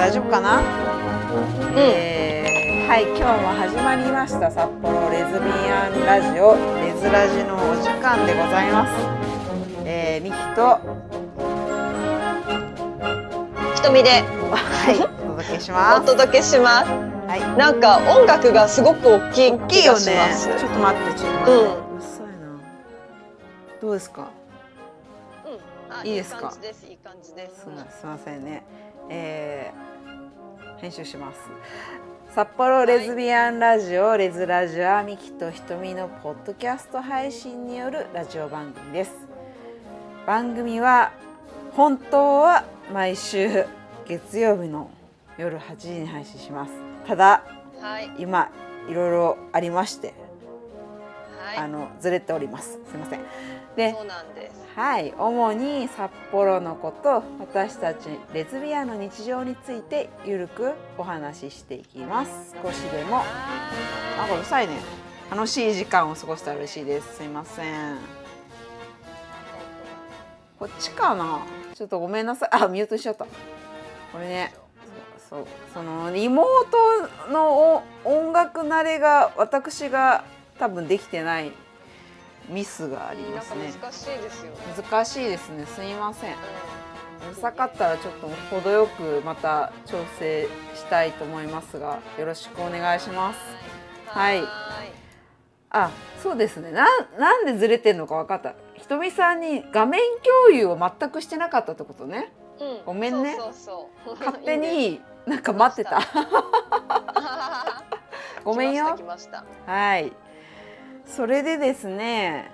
大丈夫かな、はい、今日も始まりました札幌レズビアンラジオレズラジのお時間でございます。ミキとひとみで、 はい、お届けします。 お届けします。はい、なんか音楽がすごく大きい気がします。 ちょっと待って、うるさいな。どうですか？いいですか？ いい感じです。 すいませんね。編集します。札幌レズビアンラジオ、レズラジオはミキとひとみのポッドキャスト配信によるラジオ番組です。番組は本当は毎週月曜日の夜8時に配信します。ただ、今いろいろありまして、ずれております。すいません。で、 そうなんです。 はい、主に札幌のこと、私たちレズビアンの日常についてゆるくお話ししていきます。少しでもうるさいね。楽しい時間を過ごしたら嬉しいです。すいません。こっちかな。ちょっとごめんなさい。ミュートしちゃった。これね、そのリモートの音楽慣れが私が多分できてないミスがありますね。 難しいですよね。 難しいですね。すみません。うるさかったらちょっと程よくまた調整したいと思いますが、よろしくお願いします。はい。そうですね。なんでずれてんのか分かった。ひとみさんに画面共有を全くしてなかったってことね。ごめんね。そう勝手になんか待ってた。ごめんよ。はい。それでですね、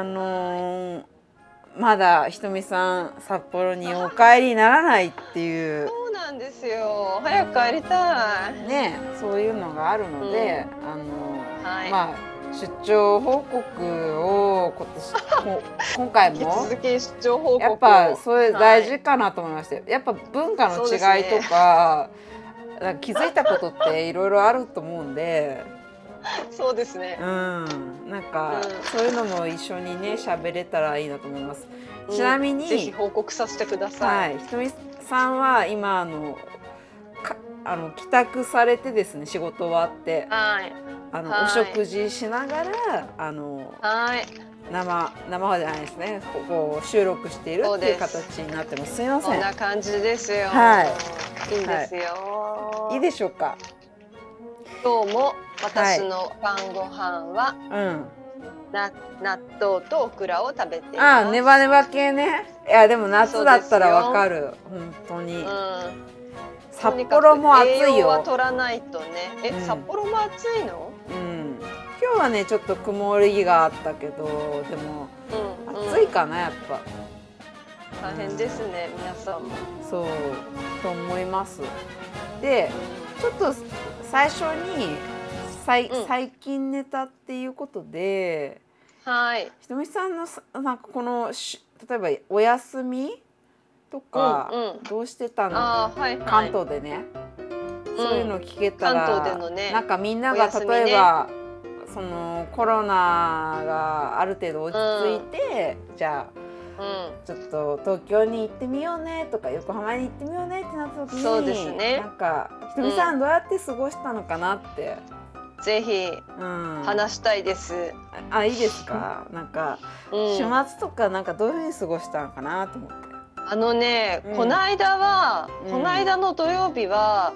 まだひとみさん札幌にお帰りにならないっていう。 そうなんですよ。早く帰りたい。 ね、そういうのがあるので、まあ出張報告を今回も引き続き出張報告やっぱそれ大事かなと思いました。やっぱ文化の違いとか、なんか気づいたことっていろいろあると思うんで。 そうですね。 なんか、そういうのも一緒にね喋れたらいいなと思います。ちなみにぜひ報告させてください。 ひとみさんは今帰宅されてですね、仕事終わって、お食事しながら生じゃないですね。ここ収録しているっていう形になってます。すみません。 こんな感じですよ。いいですよ。 いいでしょうか。 今日も私の晩ご飯は、納豆とオクラを食べています。 ネバネバ系ね。いやでも夏だったらわかる。本当に。札幌も暑いよ。 栄養は取らないとね。札幌も暑いの？ 今日はねちょっと曇りがあったけど、でも暑いかなやっぱ。 大変ですね皆さんも。 そうと思います。で、ちょっと最初に最近ネタっていうことで、ひとみさんのなんかこの例えばお休みとかどうしてたの？関東でね、そういうの聞けたら、なんかみんなが例えばそのコロナがある程度落ち着いて、じゃあちょっと東京に行ってみようねとか横浜に行ってみようねってなった時に、 そうですね。 なんかひとみさんどうやって過ごしたのかなって。 ぜひ話したいです。 いいですか？なんか週末とかなんかどういうふうに過ごしたのかなと思って。 この間の土曜日は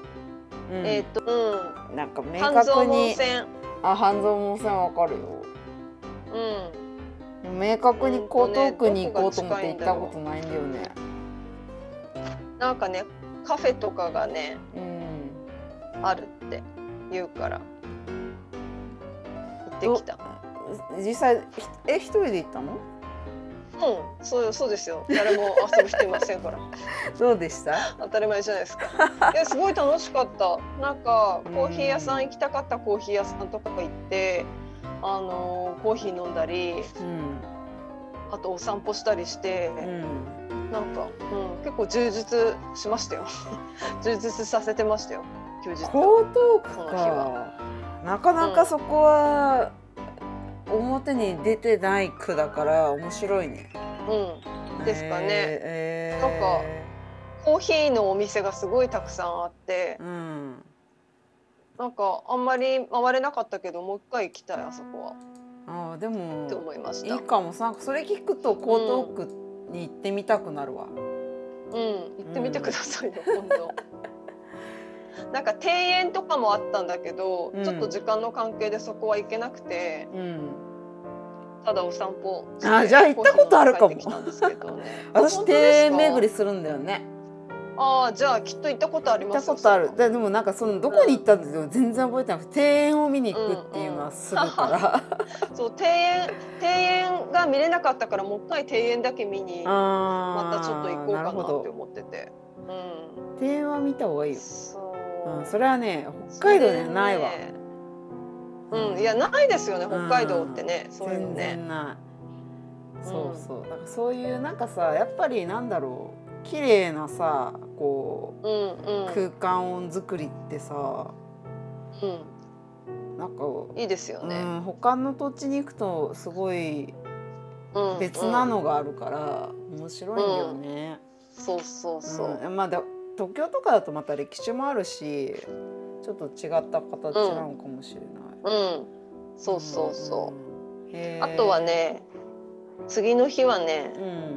なんか明確に半蔵門線わかるよ。明確に江東区に行こうと思って行ったことないんだよね。 なんかねカフェとかがねあるって言うから行ってきた。 実際一人で行ったの？ そうですよ。誰も遊ぶ人いませんから。 どうでした？ 当たり前じゃないですか。すごい楽しかった。なんかコーヒー屋さん行きたかったコーヒー屋さんとか行ってコーヒー飲んだり、あとお散歩したりして、なんか、結構充実しましたよ。充実させてましたよ。休日。 江東区か。なかなかそこは表に出てない区だから面白いね。 ですかね。なんかコーヒーのお店がすごいたくさんあって、うん、なんかあんまり回れなかったけどもう一回行きたいあそこは。 でもって思いました。 いいかも。なんかそれ聞くと江東区に行ってみたくなるわ。 うん、行ってみてくださいよ、今度。なんか庭園とかもあったんだけど、ちょっと時間の関係でそこは行けなくて、ただお散歩して、 じゃあ行ったことあるかも。 私庭園巡りするんだよね。 じゃあきっと行ったことありますよ。 行ったことある。でもなんかそのどこに行ったんですよ、全然覚えてなくて、庭園を見に行くっていうのはするから。 そう庭園が見れなかったからもう一回庭園だけ見にまたちょっと行こうかなって思ってて。 庭園は見た方がいいよ。それはね北海道にはないわ。 いやないですよね、北海道ってね、そういうのね。 全然ない。そうそう。だからそういうなんかさ、やっぱりなんだろう、綺麗なさ、こう、空間音作りってさ、なんかいいですよね。 他の土地に行くとすごい別なのがあるから面白いんだよね。 そうそうそう。 まあ東京とかだとまた歴史もあるし、ちょっと違った形なのかもしれない。 そうそうそう。あとはね、次の日はね、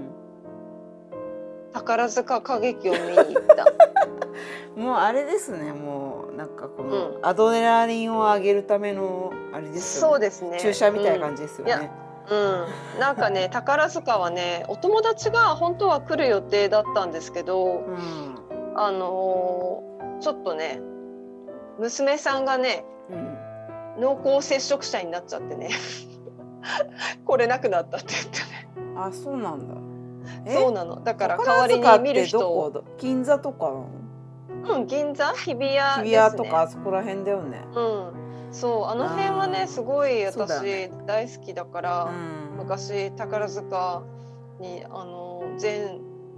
宝塚歌劇を見に行った。 もうあれですね、もうなんかこのアドレナリンを上げるためのあれですよね。そうですね。注射みたいな感じですよね。 なんかね、宝塚はね、お友達が本当は来る予定だったんですけど、ちょっとね、娘さんがね、濃厚接触者になっちゃってね来れなくなったって言ってね。 あ、そうなんだ。 そうなの。だから代わりに見る人を。 銀座とかなの？ 銀座、日比谷ですね。 日比谷とかあそこら辺だよね。 そう、あの辺はねすごい私大好きだから、昔宝塚に全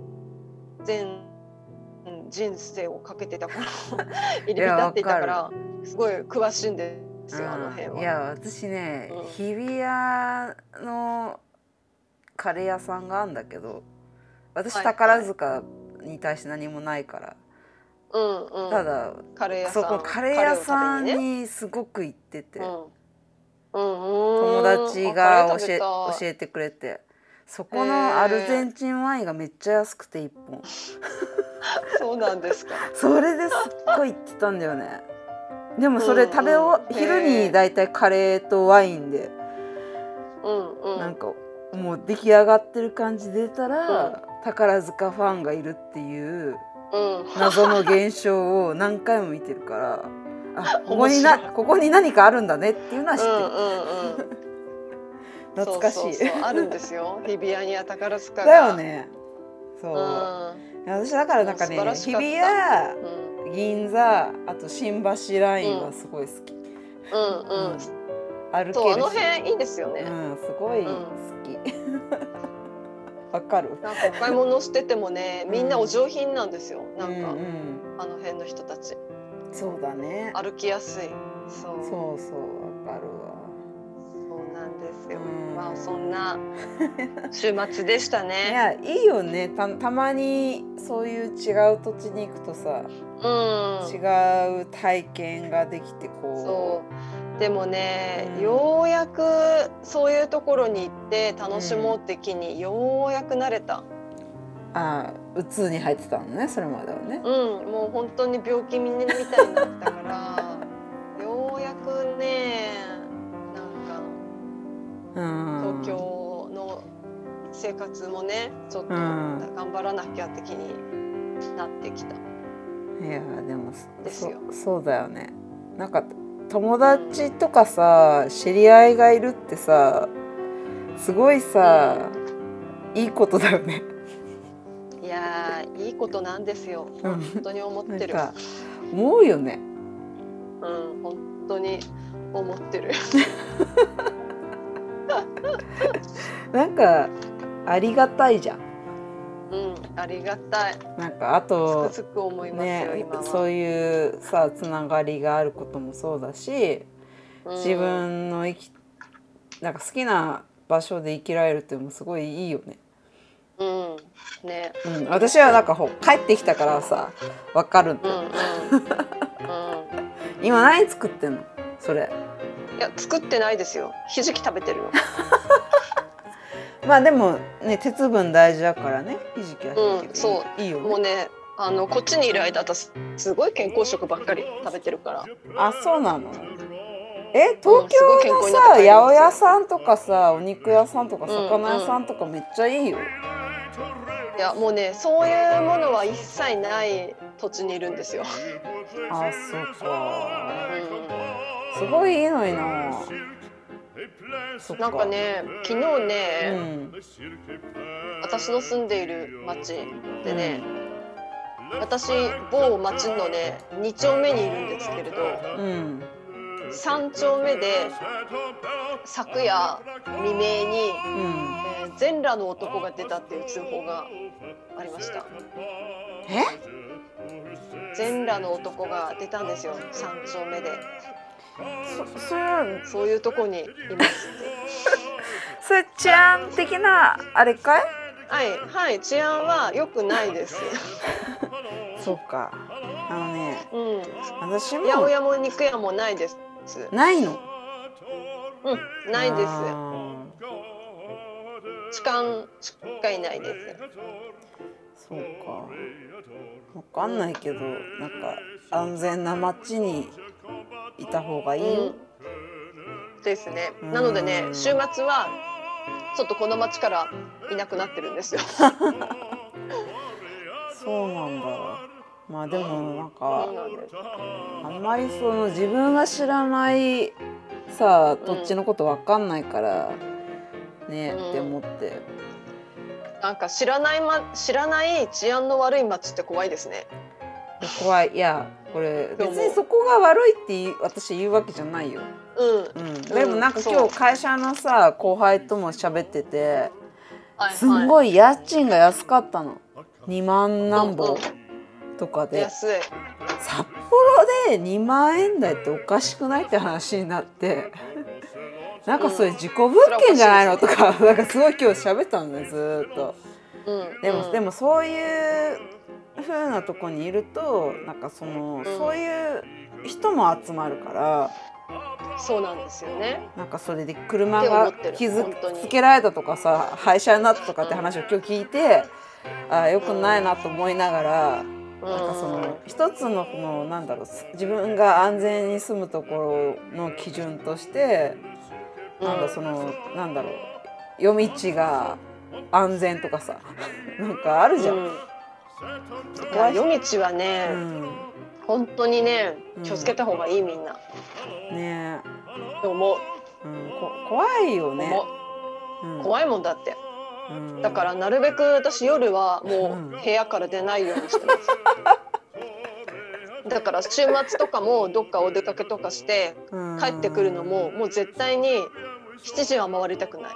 人生をかけてたから入り浸っていたからすごい詳しいんですよ、あの辺は。 いや私ね、日比谷のカレー屋さんがあるんだけど、私宝塚に対して何もないから、ただそこカレー屋さんにすごく行ってて、友達が教えてくれて、そこのアルゼンチンワインがめっちゃ安くて1本そうなんですか。 それですっごい行ってたんだよね。でもそれ昼にだいたいカレーとワインでなんかもう出来上がってる感じ出たら、宝塚ファンがいるっていう謎の現象を何回も見てるから、ここに何かあるんだねっていうのは知ってる。懐かしい。 そうあるんですよ、日比谷には宝塚が。 だよね。そう。私だからなんかね、日比谷、銀座、あと新橋ラインはすごい好き。歩けるし。 あの辺いいですよね。 すごい好き。わかる。 なんかお買い物しててもね、みんなお上品なんですよ。なんかあの辺の人たち。 そうだね。 歩きやすい。 そうわかるわ。 そうなんですよ。まあそんな週末でしたね。 いやいいよね。たまにそういう違う土地に行くとさ、違う体験ができてこう。でもね、ようやくそういうところに行って楽しもうって気にようやく慣れた。 うつに入ってたのね、それまではね。 もう本当に病気みたいになったからようやくね、なんか東京の生活もねちょっと頑張らなきゃって気になってきた。 いやでもそうだよね。なんか友達とかさ、知り合いがいるってさ、すごいさ、いいことだよね。 いやいいことなんですよ。本当に思ってる。 思うよね。 本当に思ってる。 なんかありがたいじゃん。 ありがたい。 なんかあとつくづく思いますよ、今は。 そういうさつながりがあることもそうだし、自分のなんか好きな場所で生きられるっていうのもすごいいいよね。 うんね、 うん、私はなんか帰ってきたからさ分かるんだよ、今何作ってんのそれ？ いや作ってないですよ。ひじき食べてるの。 まあでもね鉄分大事だからね、ひじきはひじきでそういいよね。 もうねこっちにいる間私すごい健康食ばっかり食べてるから。 あ、そうなの？東京のさ、八百屋さんとかさ、お肉屋さんとか魚屋さんとかめっちゃいいよ。 いやもうねそういうものは一切ない土地にいるんですよ。 あ、そうか、すごいいいのにな。 なんかね昨日ね、私の住んでいる町でね、私某町のね2丁目にいるんですけれど、3丁目で昨夜未明に、全裸の男が出たっていう通報がありました。全裸の男が出たんですよ、3丁目で。そういうとこにいます。 それ治安的なあれかい？ はい、治安は良くないです。 そうか。私も八百屋も肉屋もないです。 ないの？ ないです。痴漢しかいないです。 そうか。わかんないけど、なんか安全な街にいた方がいいよ。 ですね。なのでね、週末はちょっとこの町からいなくなってるんですよ。 そうなんだ。まあでもなんかあんまりその自分が知らないさ土地のことわかんないからね、って思って。 なんか知らない治安の悪い町って怖いですね。 怖い。いやこれ別にそこが悪いって私言うわけじゃないよ。でもなんか今日会社のさ後輩とも喋ってて、すんごい家賃が安かったの。2万何本とかで、札幌で2万円台っておかしくないって話になって、なんかそれ自己物件じゃないのとか、なんかすごい今日喋ったのねずっと。でもそういう風なとこにいるとなんかそういう人も集まるから。 そうなんですよね。 なんかそれで車が傷つけられたとかさ、廃車になったとかって話を今日聞いて、良くないなと思いながら、なんかその一つのこのなんだろう、自分が安全に住むところの基準として、なんだろう、夜道が安全とかさ、なんかあるじゃん。 夜道はね、本当にね気をつけた方がいい、みんな。 ねと思う。 怖いよね。 怖いもんだって。だからなるべく私夜はもう部屋から出ないようにしてます。だから週末とかもどっかお出かけとかして帰ってくるのももう絶対に7時は回りたくない。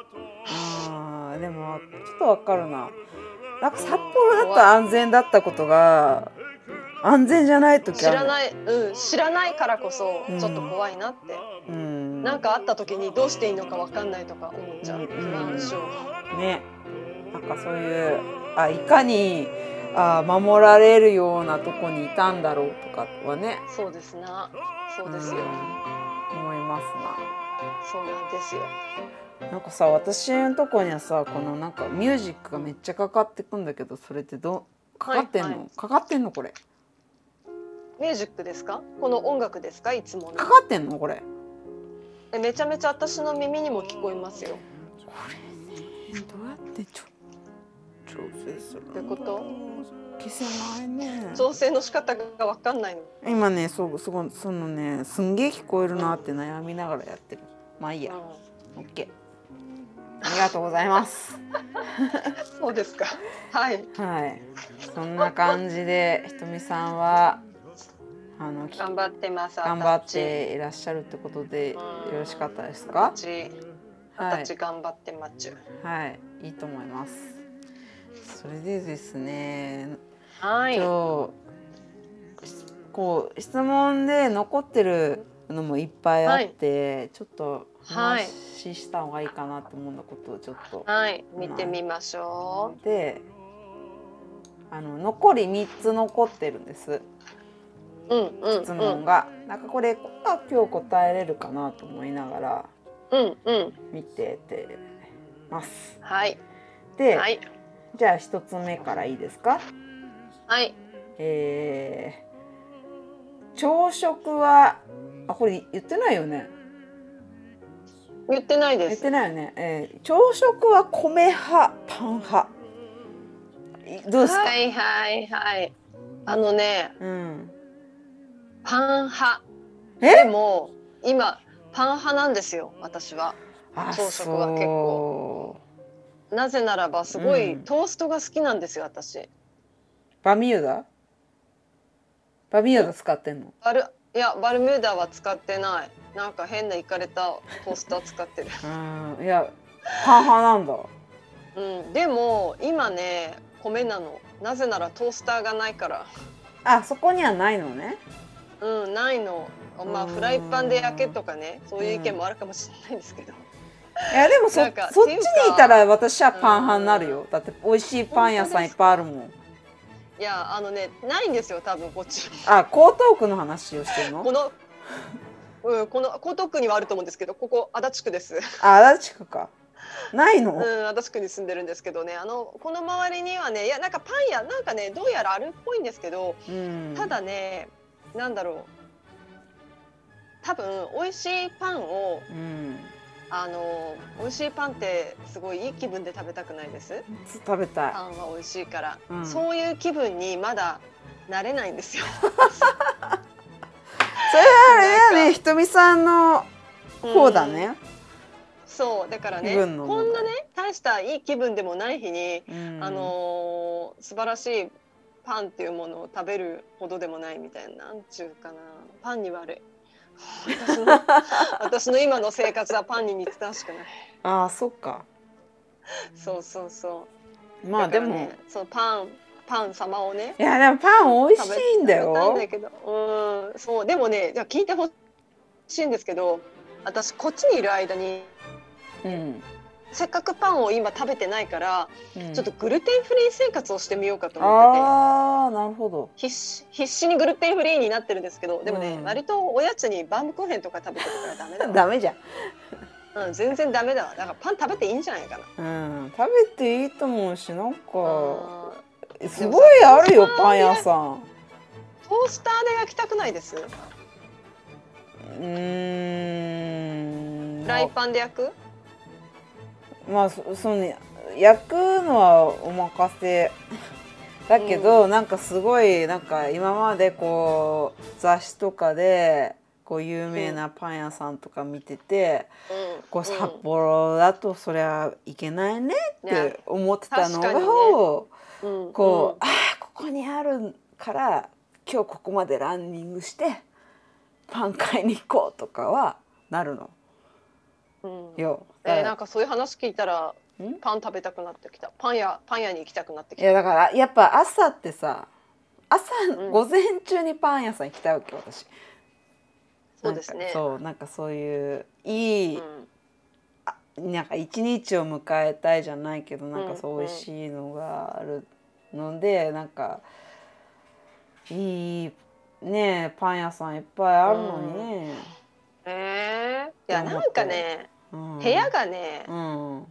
でもちょっとわかるな。なんか札幌だったら安全だったことが安全じゃない時ある。 知らないからこそちょっと怖いなって。なんかあった時にどうしていいのかわかんないとか思っちゃう。不安症ね。なんかそういういかに守られるようなとこにいたんだろうとかはね。 そうですな。そうですよ。思いますな。 そうなんですよ。 なんかさ、私のとこにはさ、このなんかミュージックがめっちゃかかってくんだけど、それってかかってんの？かかってんのこれ？ ミュージックですか？この音楽ですか？いつもの。 かかってんのこれ？ めちゃめちゃ私の耳にも聞こえますよ。 これね、どうやって調整するの？ ってこと？ 消せないね。 調整の仕方がわかんないの。 今ね、すんげえ聞こえるなって悩みながらやってる。まあいいや。オッケー。ありがとうございます。 そうですか。はい。 はい。そんな感じでひとみさんは頑張ってます。 頑張っていらっしゃるってことでよろしかったですか？ 私頑張ってます。 はい、いいと思います。それでですね、 はい。 今日こう質問で残ってるのもいっぱいあって、ちょっと話した方がいいかなと思うことをちょっと、 見てみましょう。で、残り3つ残ってるんです。質問が。なんかこれが今日答えれるかなと思いながら見ててます。で、じゃあ1つ目からいいですか？朝食はこれ言ってないよね。 言ってないです。 言ってないよね。朝食は米派パン派どうですか？ パン派。でも今パン派なんですよ、私は。朝食は結構。なぜならばすごいトーストが好きなんですよ、私。 バミューダ使ってんの？ いや、バルミューダは使ってない。なんか変なイカれたトースター使ってる。 いや、パン派なんだ。 でも今ね、米なの。なぜならトースターがないから。 そこにはないのね。 ないの。まあフライパンで焼けとかね、そういう意見もあるかもしれないんですけど。 いやでもそっちにいたら私はパン派になるよ。だって美味しいパン屋さんいっぱいあるもん。 いやないんですよ、多分こっち。 江東区の話をしてるの？この江東区にはあると思うんですけど、ここ足立区です。 足立区か。ないの？ 足立区に住んでるんですけどね、この周りにはね、いやなんかパン屋なんかね、どうやらあるっぽいんですけど、ただね、なんだろう、多分美味しいパンを、美味しいパンってすごいいい気分で食べたくないです？ 食べたい。 パンは美味しいから、そういう気分にまだなれないんですよ。 それはあれだね、ひとみさんの方だね。 そうだからね、こんなね大したいい気分でもない日に、素晴らしいパンっていうものを食べるほどでもないみたいな、なんちゅうかな、パンに悪い。私の今の生活はパンに似つかしくない。 そっか。 そう。 まあでもそうパン様をね。 いやでもパン美味しいんだよ。 そうでもね、じゃ聞いてほしいんですけど、私こっちにいる間に、せっかくパンを今食べてないから、ちょっとグルテンフリー生活をしてみようかと思ってて。 なるほど。 必死にグルテンフリーになってるんですけど、でもね、割とおやつにバームクーヘンとか食べてるからダメだわ。 ダメじゃん。 全然ダメだわ。だからパン食べていいんじゃないかな。食べていいと思うし、なんかすごいあるよ、パン屋さん。 トースターで焼きたくないです？フライパンで焼く？ まあ焼くのはお任せだけど、なんかすごいなんか今までこう雑誌とかでこう有名なパン屋さんとか見てて、こう札幌だとそりゃいけないねって思ってたのを、ここにあるから今日ここまでランニングしてパン買いに行こうとかはなるの。 なんかそういう話聞いたらパン食べたくなってきた。パン屋に行きたくなってきた。 いやだからやっぱ朝ってさ、午前中にパン屋さん行きたいわけ私。 そうですね。 なんかそういういい、なんか一日を迎えたいじゃないけど、なんかそう美味しいのがあるので、なんかいいねパン屋さんいっぱいあるのにね。 いやなんかね、部屋がね、パ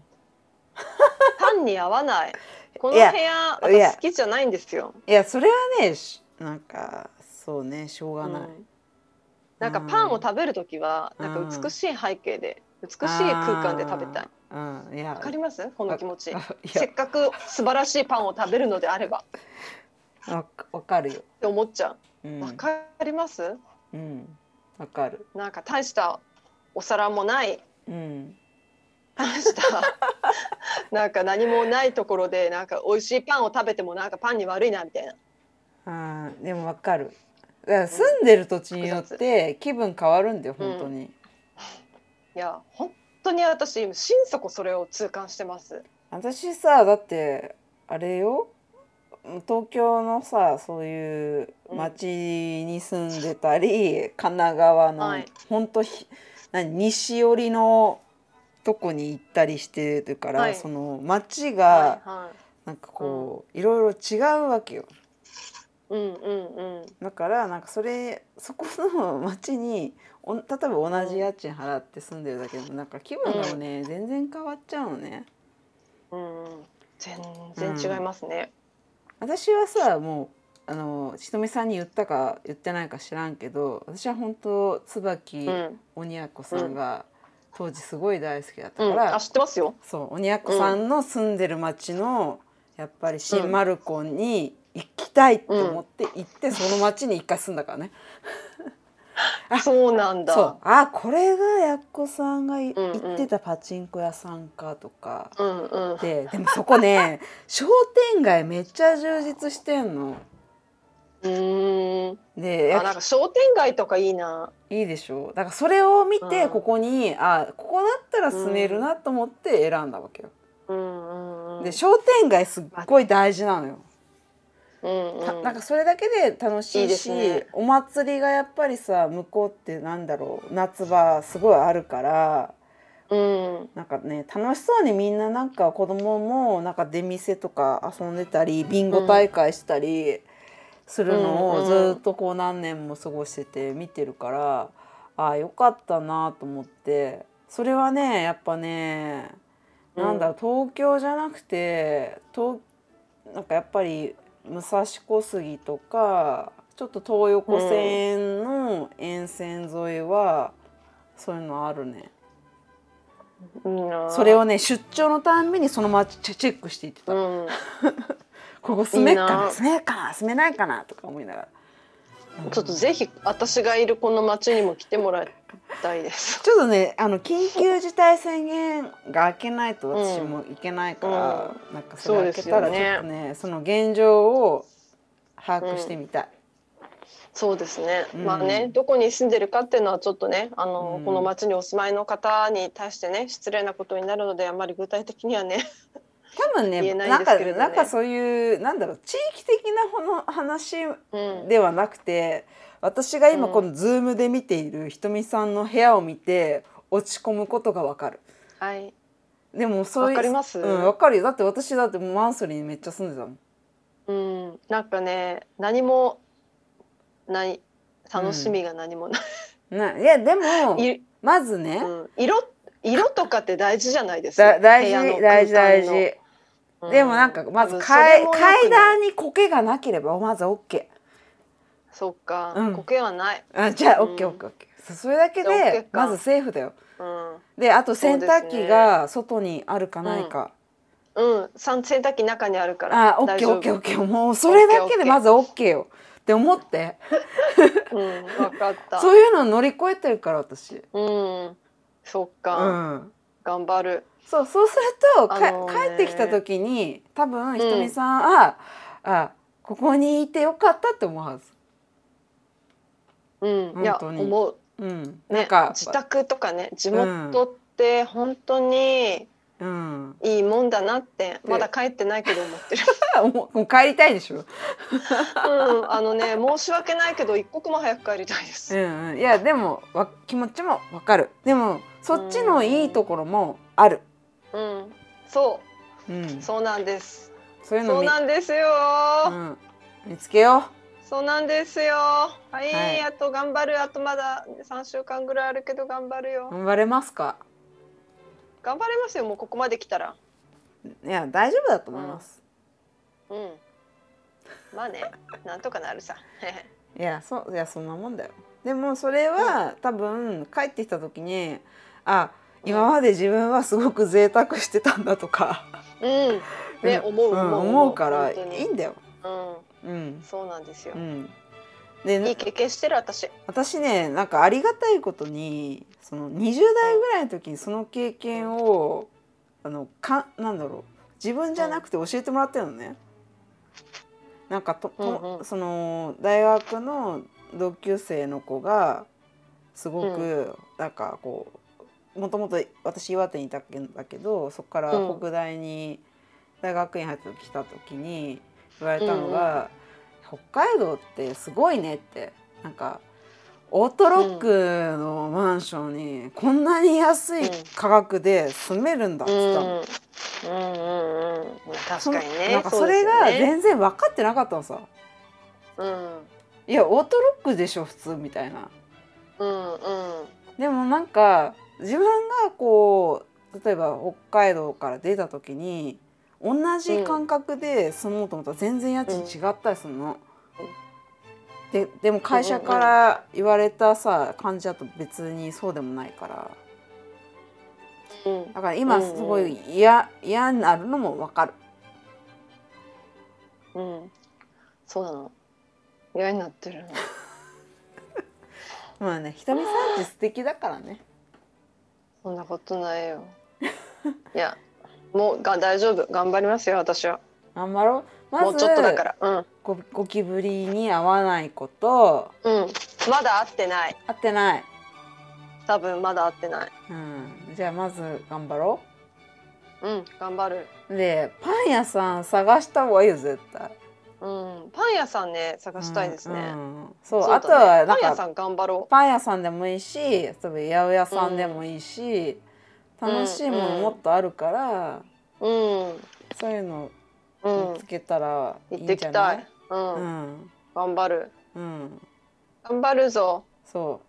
ンに合わない。この部屋私好きじゃないんですよ。 いやそれはね、なんかそうね、しょうがない。 なんかパンを食べるときはなんか美しい背景で美しい空間で食べたい。わかります？この気持ち。せっかく素晴らしいパンを食べるのであれば。 わかるよ。 って思っちゃう。わかります？ わかる。 なんか大したお皿もない。大したなんか何もないところでなんか美味しいパンを食べてもなんかパンに悪いなみたいな。でもわかる。だから住んでる土地によって気分変わるんだよ、本当に。いや本当に私今心底それを痛感してます。 私さ、だってあれよ、 東京のさそういう町に住んでたり、神奈川のほんと西寄りのとこに行ったりしてるから、その町がなんかこういろいろ違うわけよ。だからなんかそこの町に例えば同じ家賃払って住んでるだけでもなんか気分がね、全然変わっちゃうのね。 全然違いますね。 私はさもうひとみさんに言ったか言ってないか知らんけど、私は本当椿鬼奴さんが当時すごい大好きだったから、 知ってますよ。 そう鬼奴さんの住んでる町のやっぱり新丸子に行きたいって思って行って、その町に一回住んだからね。 そうなんだ。 そうこれがやっこさんが行ってたパチンコ屋さんかとか、でもそこね商店街めっちゃ充実してんの。 でなんか商店街とかいいな。 いいでしょ。だからそれを見てここにここだったら住めるなと思って選んだわけよ。で商店街すっごい大事なのよ。なんかそれだけで楽しいし、お祭りがやっぱりさ向こうってなんだろう夏場すごいあるから、なんかね楽しそうにみんななんか子供もなんか出店とか遊んでたりビンゴ大会したりするのをずっとこう何年も過ごしてて見てるから、よかったなと思って。それはねやっぱねなんだろう東京じゃなくてなんかやっぱり武蔵小杉とかちょっと東横線の沿線沿いはそういうのあるね。それをね出張のたんびにその街チェックしていってた。ここ住めっかな住めっかな住めないかなとか思いながら。 ちょっとぜひ私がいるこの町にも来てもらいたいです。 ちょっとね緊急事態宣言が明けないと私も行けないから、なんかそれ明けたらちょっとねその現状を把握してみたい。 そうですね。まあねどこに住んでるかっていうのはちょっとねこの町にお住まいの方に対してね失礼なことになるのであんまり具体的にはね。 多分ねなんかそういうなんだろう地域的な話ではなくて、私が今この Zoom で見ているひとみさんの部屋を見て落ち込むことがわかる。でもそういうわかります？ わかるよ。だって私だってマンスリーにめっちゃ住んでたもん。なんかね何もない楽しみが何もない。 いやでもまずね、 色とかって大事じゃないですか。 大事。でもなんかまず階段に苔がなければまず OK。 そっか、苔はない。 じゃあ OK。それだけでまずセーフだよ。であと洗濯機が外にあるかないか。 洗濯機中にあるから。 OK。もうそれだけでまず OK よって思って。 分かった。 そういうのを乗り越えてるから私。 そっか。頑張る。 そうすると、帰ってきた時に多分ひとみさんここにいてよかったって思うはず。 いや思う。なんか自宅とかね地元って本当にいいもんだなってまだ帰ってないけど思ってる。 もう帰りたいでしょ。 申し訳ないけど一刻も早く帰りたいです。 いやでも気持ちもわかる。でもそっちのいいところもある。 そうなんです。 そうなんですよ。 見つけよう。 そうなんですよ。はい、あと頑張る。あとまだ3週間ぐらいあるけど頑張るよ。 頑張れますか？ 頑張れますよ。もうここまで来たら。 いや大丈夫だと思います。 まあね、なんとかなるさ。 いやそんなもんだよ。でもそれは多分帰ってきた時に今まで自分はすごく贅沢してたんだとか思うからいいんだよ。 そうなんですよ。 でいい経験してる私ねなんかありがたいことにその20代ぐらいの時にその経験をなんだろう自分じゃなくて教えてもらってるのね。なんかその大学の同級生の子がすごくなんかこうもともと私岩手にいたんだけどそこから北大に大学院入ってきた時に言われたのが、北海道ってすごいねって、なんかオートロックのマンションにこんなに安い価格で住めるんだって言ったの。 確かにね。 なんかそれが全然分かってなかったのさ。いやオートロックでしょ普通みたいな。でもなんか自分がこう例えば北海道から出た時に同じ感覚で住もうと思ったら全然家賃違ったりするの。でも会社から言われたさ感じだと別にそうでもないから、だから今すごい嫌になるのも分かる。 そうなの。嫌になってるの。 まあね、ひとみさんって素敵だからね。 そんなことないよ。いや、もう大丈夫、頑張りますよ私は。 頑張ろう。まずもうちょっとだから。 ゴキブリに合わないこと。 まだ会ってない。 会ってない。 多分まだ会ってない。 じゃあまず頑張ろう。頑張る。 で、パン屋さん探した方がいいよ絶対。 パン屋さんね探したいですね。 そう、あとはパン屋さん頑張ろう。 パン屋さんでもいいし、例えば八百屋さんでもいいし、楽しいものもっとあるから、そういうの見つけたらいいんじゃない？ 頑張る。頑張るぞ。 そう。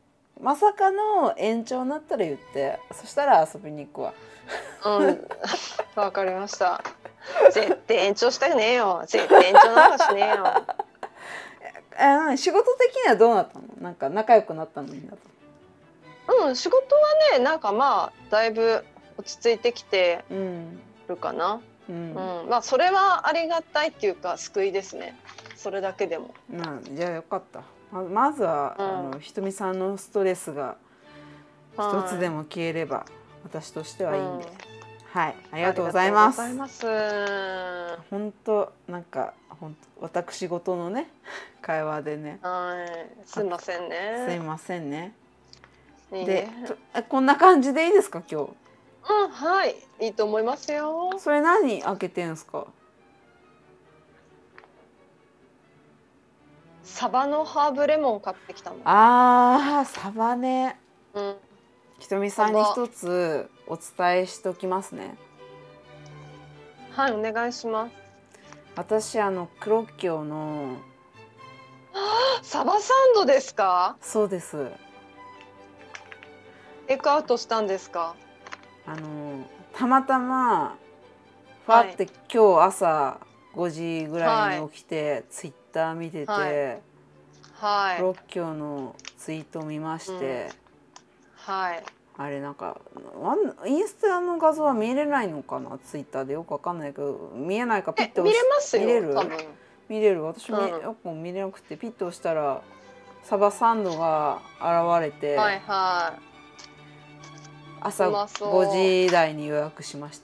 まさかの延長になったら言って、そしたら遊びに行くわ。 わかりました。絶対延長したくねえよ。絶対延長なんかしねえよ。仕事的にはどうなったの？なんか仲良くなったのみんなと。仕事はね、なんかまあだいぶ落ち着いてきてるかな。まあそれはありがたいっていうか救いですね。それだけでも。 じゃあよかった。まずはひとみさんのストレスが一つでも消えれば私としてはいいんで。はい、ありがとうございます。本当なんか私事のね会話でね。 すいませんね。 すいませんね。で、こんな感じでいいですか今日？ はい、いいと思いますよ。 それ何開けてんすか？ サバのハーブレモン買ってきたの。 サバね。ひとみさんに一つお伝えしておきますね。 はい、お願いします。 私クロッキョのサバサンドですか？ そうです。 テイクアウトしたんですか？ たまたまファって今日朝5時ぐらいに起きてツイッター見てて、クロッキョのツイートを見まして、あれなんかインスタの画像は見れないのかな、ツイッターでよくわかんないけど、見えないかピッと見れますよ。 見れる？ 多分見れる。私よく見れなくてピッと押したらサバサンドが現れて、朝5時台に予約しました。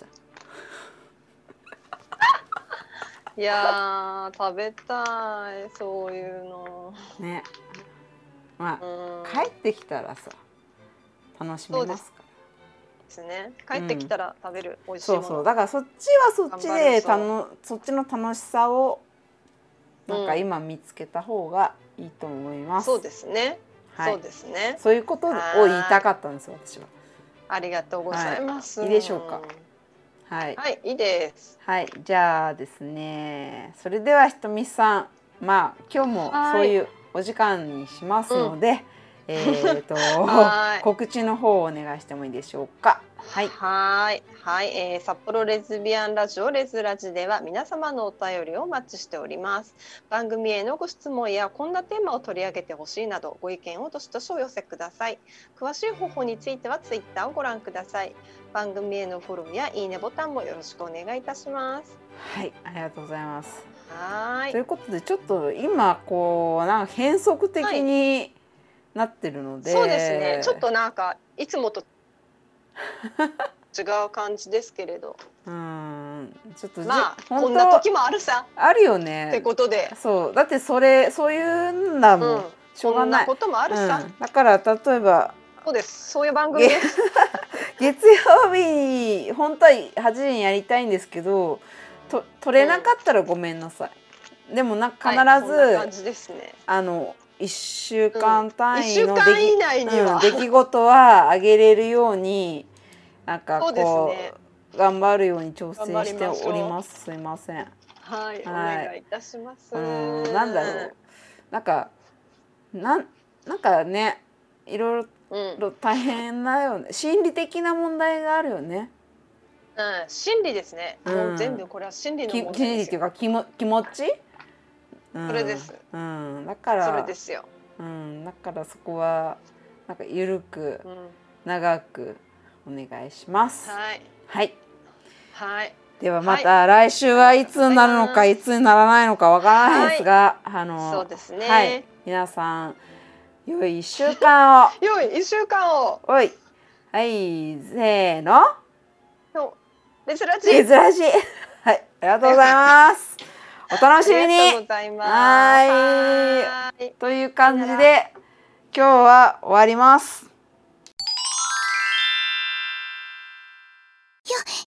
いや食べたいそういうのね。まあ帰ってきたらさ楽しめますから。 ですね。帰ってきたら食べる美味しいもの。 そうだからそっちはそっちでそっちの楽しさをなんか今見つけた方がいいと思います。 そうですね。そうですね。 そういうことを言いたかったんですよ私は。 ありがとうございます。 いいでしょうか。はい、 いいです。 はい、じゃあですね、それではひとみさん、まあ今日もそういうお時間にしますので、告知の方をお願いしてもいいでしょうか。 札幌レズビアンラジオレズラジでは皆様のお便りをお待ちしております。番組へのご質問やこんなテーマを取り上げてほしいなどご意見をどしどしお寄せください。詳しい方法についてはツイッターをご覧ください。番組へのフォローやいいねボタンもよろしくお願いいたします。 はい、ありがとうございます。ということでちょっと今こうなんか変則的になってるので、 そうですね。ちょっとなんかいつもと違う感じですけれど、 ちょっとまあこんな時もあるさ。 あるよね。 ってことで、 そうだってそういうんだもん。しょうがない。 こんなこともあるさ。 だから例えばそうです。そういう番組です。 月曜日に本当は8時にやりたいんですけど、取れなかったらごめんなさい。 でも必ず、 はい、こんな感じですね。 1週間単位の 1週間以内には、 出来事はあげれるようになんかこう、 ね、 頑張るように調整しております。すいません。 はい、お願いいたします。 なんだろう、なんかね、いろいろ大変だよね。心理的な問題があるよね。 心理ですね。もう全部これは心理の問題ですよ。 心理っていうか気持ち？ それです。 だからそれですよ。 だからそこはなんか緩く、長くお願いします。 はい。 はい。 はい。 ではまた来週はいつになるのか、いつにならないのかわからないですが、 そうですね。 はい。皆さん良い1週間を。 良い1週間を。 おい。はい、せーの。 珍しい。 はい、ありがとうございます。お楽しみに。 はい。 という感じで今日は終わります。